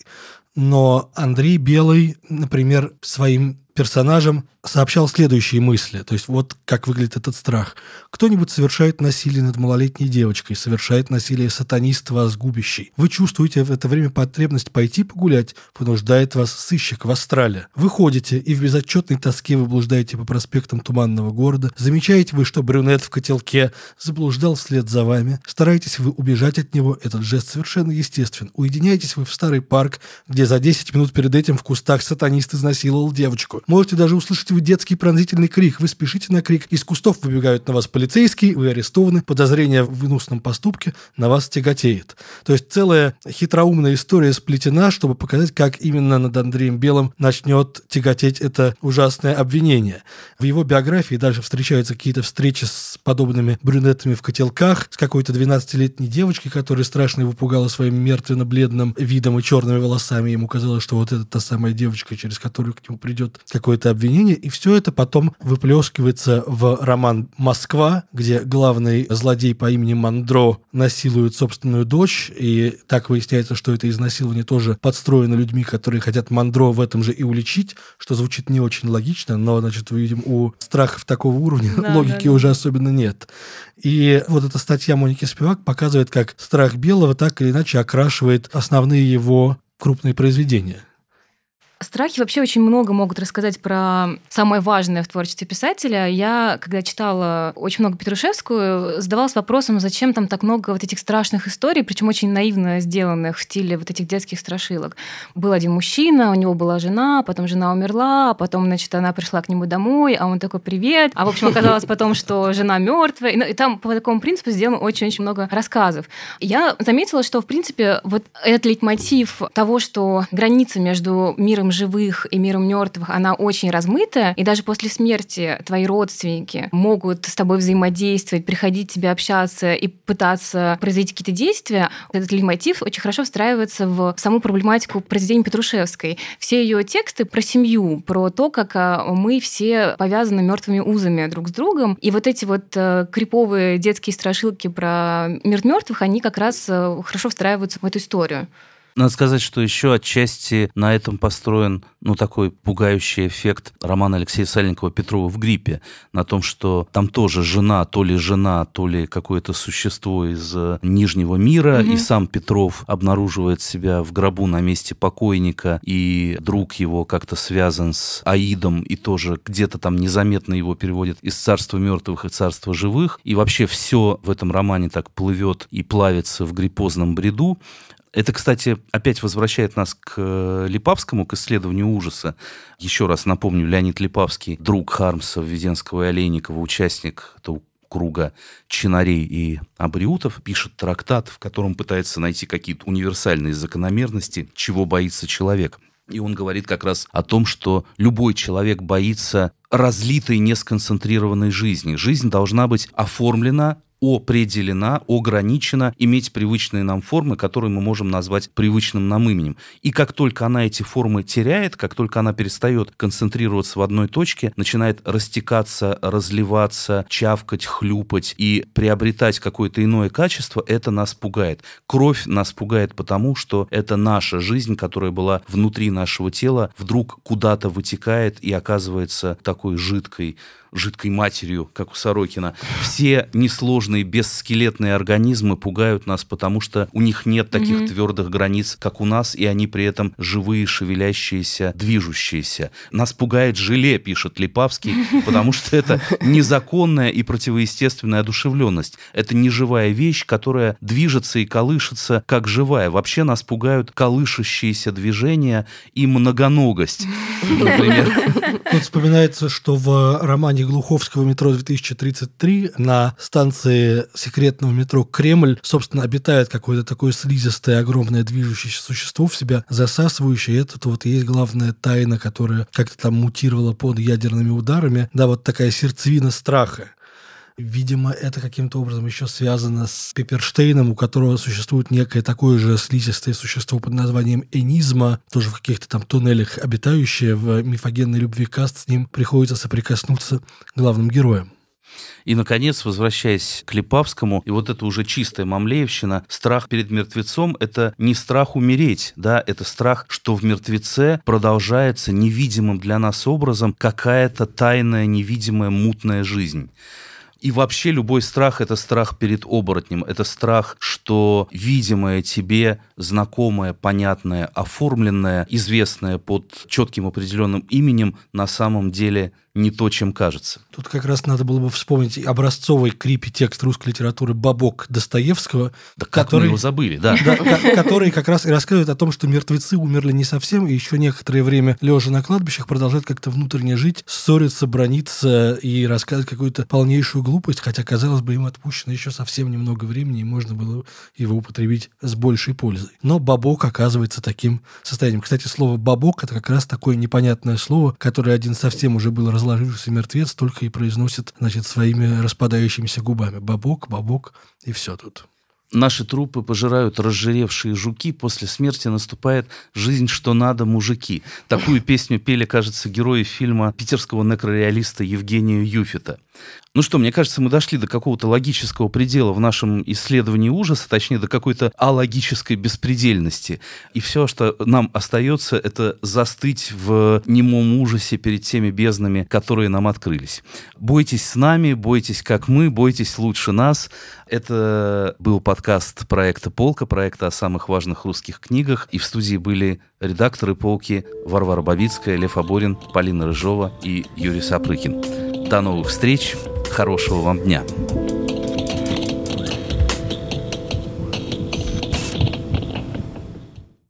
Но Андрей Белый, например, своим персонажам сообщал следующие мысли. То есть вот как выглядит этот страх. Кто-нибудь совершает насилие над малолетней девочкой, совершает насилие сатанист вас губящий. Вы чувствуете в это время потребность пойти погулять, понуждает вас сыщик в Астрале. Вы ходите, и в безотчетной тоске вы блуждаете по проспектам туманного города. Замечаете вы, что брюнет в котелке заблуждал вслед за вами. Стараетесь вы убежать от него. Этот жест совершенно естествен. Уединяетесь вы в старый парк, где за десять минут перед этим в кустах сатанист изнасиловал девочку. Можете даже услышать вы детский пронзительный крик. Вы спешите на крик. Из кустов выбегают на вас полицейские, вы арестованы. Подозрение в гнусном поступке на вас тяготеет. То есть целая хитроумная история сплетена, чтобы показать, как именно над Андреем Белым начнет тяготеть это ужасное обвинение. В его биографии дальше встречаются какие-то встречи с подобными брюнетами в котелках, с какой-то двенадцатилетней девочкой, которая страшно его пугала своим мертвенно-бледным видом и черными волосами. Ему казалось, что вот это та самая девочка, через которую к нему придет какое-то обвинение. И все это потом выплескивается в роман «Москва», где главный злодей по имени Мандро насилует собственную дочь. И так выясняется, что это изнасилование тоже подстроено людьми, которые хотят Мандро в этом же и уличить, что звучит не очень логично, но, значит, видим, у страхов такого уровня да, логики да, да. уже особенно нет. И вот эта статья Моники Спивак показывает, как страх Белого так или иначе окрашивает основные его крупные произведения. Страхи вообще очень много могут рассказать про самое важное в творчестве писателя. Я, когда читала очень много Петрушевскую, задавалась вопросом, зачем там так много вот этих страшных историй, причем очень наивно сделанных в стиле вот этих детских страшилок. Был один мужчина, у него была жена, потом жена умерла, потом, значит, она пришла к нему домой, а он такой «привет». А, в общем, оказалось потом, что жена мертвая. И там по такому принципу сделано очень-очень много рассказов. Я заметила, что, в принципе, вот этот лейтмотив того, что граница между миром живых и миром мертвых, она очень размытая, и даже после смерти твои родственники могут с тобой взаимодействовать, приходить к тебе общаться и пытаться произвести какие-то действия. Этот лейтмотив очень хорошо встраивается в саму проблематику произведения Петрушевской. Все ее тексты про семью, про то, как мы все повязаны мертвыми узами друг с другом, и вот эти вот криповые детские страшилки про мир мертвых, они как раз хорошо встраиваются в эту историю. Надо сказать, что еще отчасти на этом построен, ну, такой пугающий эффект романа Алексея Сальникова «Петрова в гриппе», на том, что там тоже жена, то ли жена, то ли какое-то существо из Нижнего мира, mm-hmm. и сам Петров обнаруживает себя в гробу на месте покойника, и друг его как-то связан с Аидом, и тоже где-то там незаметно его переводят из царства мертвых и царства живых, и вообще все в этом романе так плывет и плавится в гриппозном бреду. Это, кстати, опять возвращает нас к Липавскому, к исследованию ужаса. Еще раз напомню, Леонид Липавский, друг Хармса, Введенского и Олейникова, участник этого круга чинарей и абориутов, пишет трактат, в котором пытается найти какие-то универсальные закономерности, чего боится человек. И он говорит как раз о том, что любой человек боится разлитой, несконцентрированной жизни. Жизнь должна быть оформлена, определена, ограничена, иметь привычные нам формы, которые мы можем назвать привычным нам именем. И как только она эти формы теряет, как только она перестает концентрироваться в одной точке, начинает растекаться, разливаться, чавкать, хлюпать и приобретать какое-то иное качество, это нас пугает. Кровь нас пугает потому, что это наша жизнь, которая была внутри нашего тела, вдруг куда-то вытекает и оказывается такой жидкой, жидкой матерью, как у Сорокина. Все несложные, бесскелетные организмы пугают нас, потому что у них нет таких mm-hmm. твердых границ, как у нас, и они при этом живые, шевелящиеся, движущиеся. Нас пугает желе, пишет Липавский, потому что это незаконная и противоестественная одушевленность. Это неживая вещь, которая движется и колышется, как живая. Вообще нас пугают колышущиеся движения и многоногость, например. Тут вспоминается, что в романе Глуховского «Метро две тысячи тридцать три» на станции секретного метро «Кремль», собственно, обитает какое-то такое слизистое, огромное движущееся существо в себя засасывающее. И это вот и есть главная тайна, которая как-то там мутировала под ядерными ударами. Да, вот такая сердцевина страха. Видимо, это каким-то образом еще связано с Пепперштейном, у которого существует некое такое же слизистое существо под названием энизма, тоже в каких-то там туннелях обитающее. В мифогенной любви каст с ним приходится соприкоснуться главным героем. И, наконец, возвращаясь к Липавскому, и вот это уже чистая мамлеевщина, страх перед мертвецом – это не страх умереть, да, это страх, что в мертвеце продолжается невидимым для нас образом какая-то тайная, невидимая, мутная жизнь. И вообще любой страх – это страх перед оборотнем, это страх, что видимое тебе, знакомое, понятное, оформленное, известное под четким определенным именем, на самом деле не то, чем кажется. Тут как раз надо было бы вспомнить образцовый крипи текст русской литературы «Бабок» Достоевского. Да как который, мы его забыли, да. да который как раз и рассказывает о том, что мертвецы умерли не совсем, и еще некоторое время, лежа на кладбищах, продолжают как-то внутренне жить, ссориться, браниться и рассказывать какую-то полнейшую глупость, хотя, казалось бы, им отпущено еще совсем немного времени, и можно было его употребить с большей пользой. Но бабок оказывается таким состоянием. Кстати, слово «бабок» — это как раз такое непонятное слово, которое один совсем уже был разложившийся мертвец только и произносит, значит, своими распадающимися губами. Бабок, бабок, и все тут. Наши трупы пожирают разжиревшие жуки, после смерти наступает жизнь, что надо, мужики. Такую песню пели, кажется, герои фильма питерского некрореалиста Евгения Юфита. Ну что, мне кажется, мы дошли до какого-то логического предела в нашем исследовании ужаса, точнее, до какой-то алогической беспредельности. И все, что нам остается, это застыть в немом ужасе перед теми безднами, которые нам открылись. Бойтесь с нами, бойтесь как мы, бойтесь лучше нас. Это был подкаст проекта «Полка», проекта о самых важных русских книгах. И в студии были редакторы «Полки» Варвара Бабицкая, Лев Аборин, Полина Рыжова и Юрий Сапрыкин. До новых встреч. Хорошего вам дня.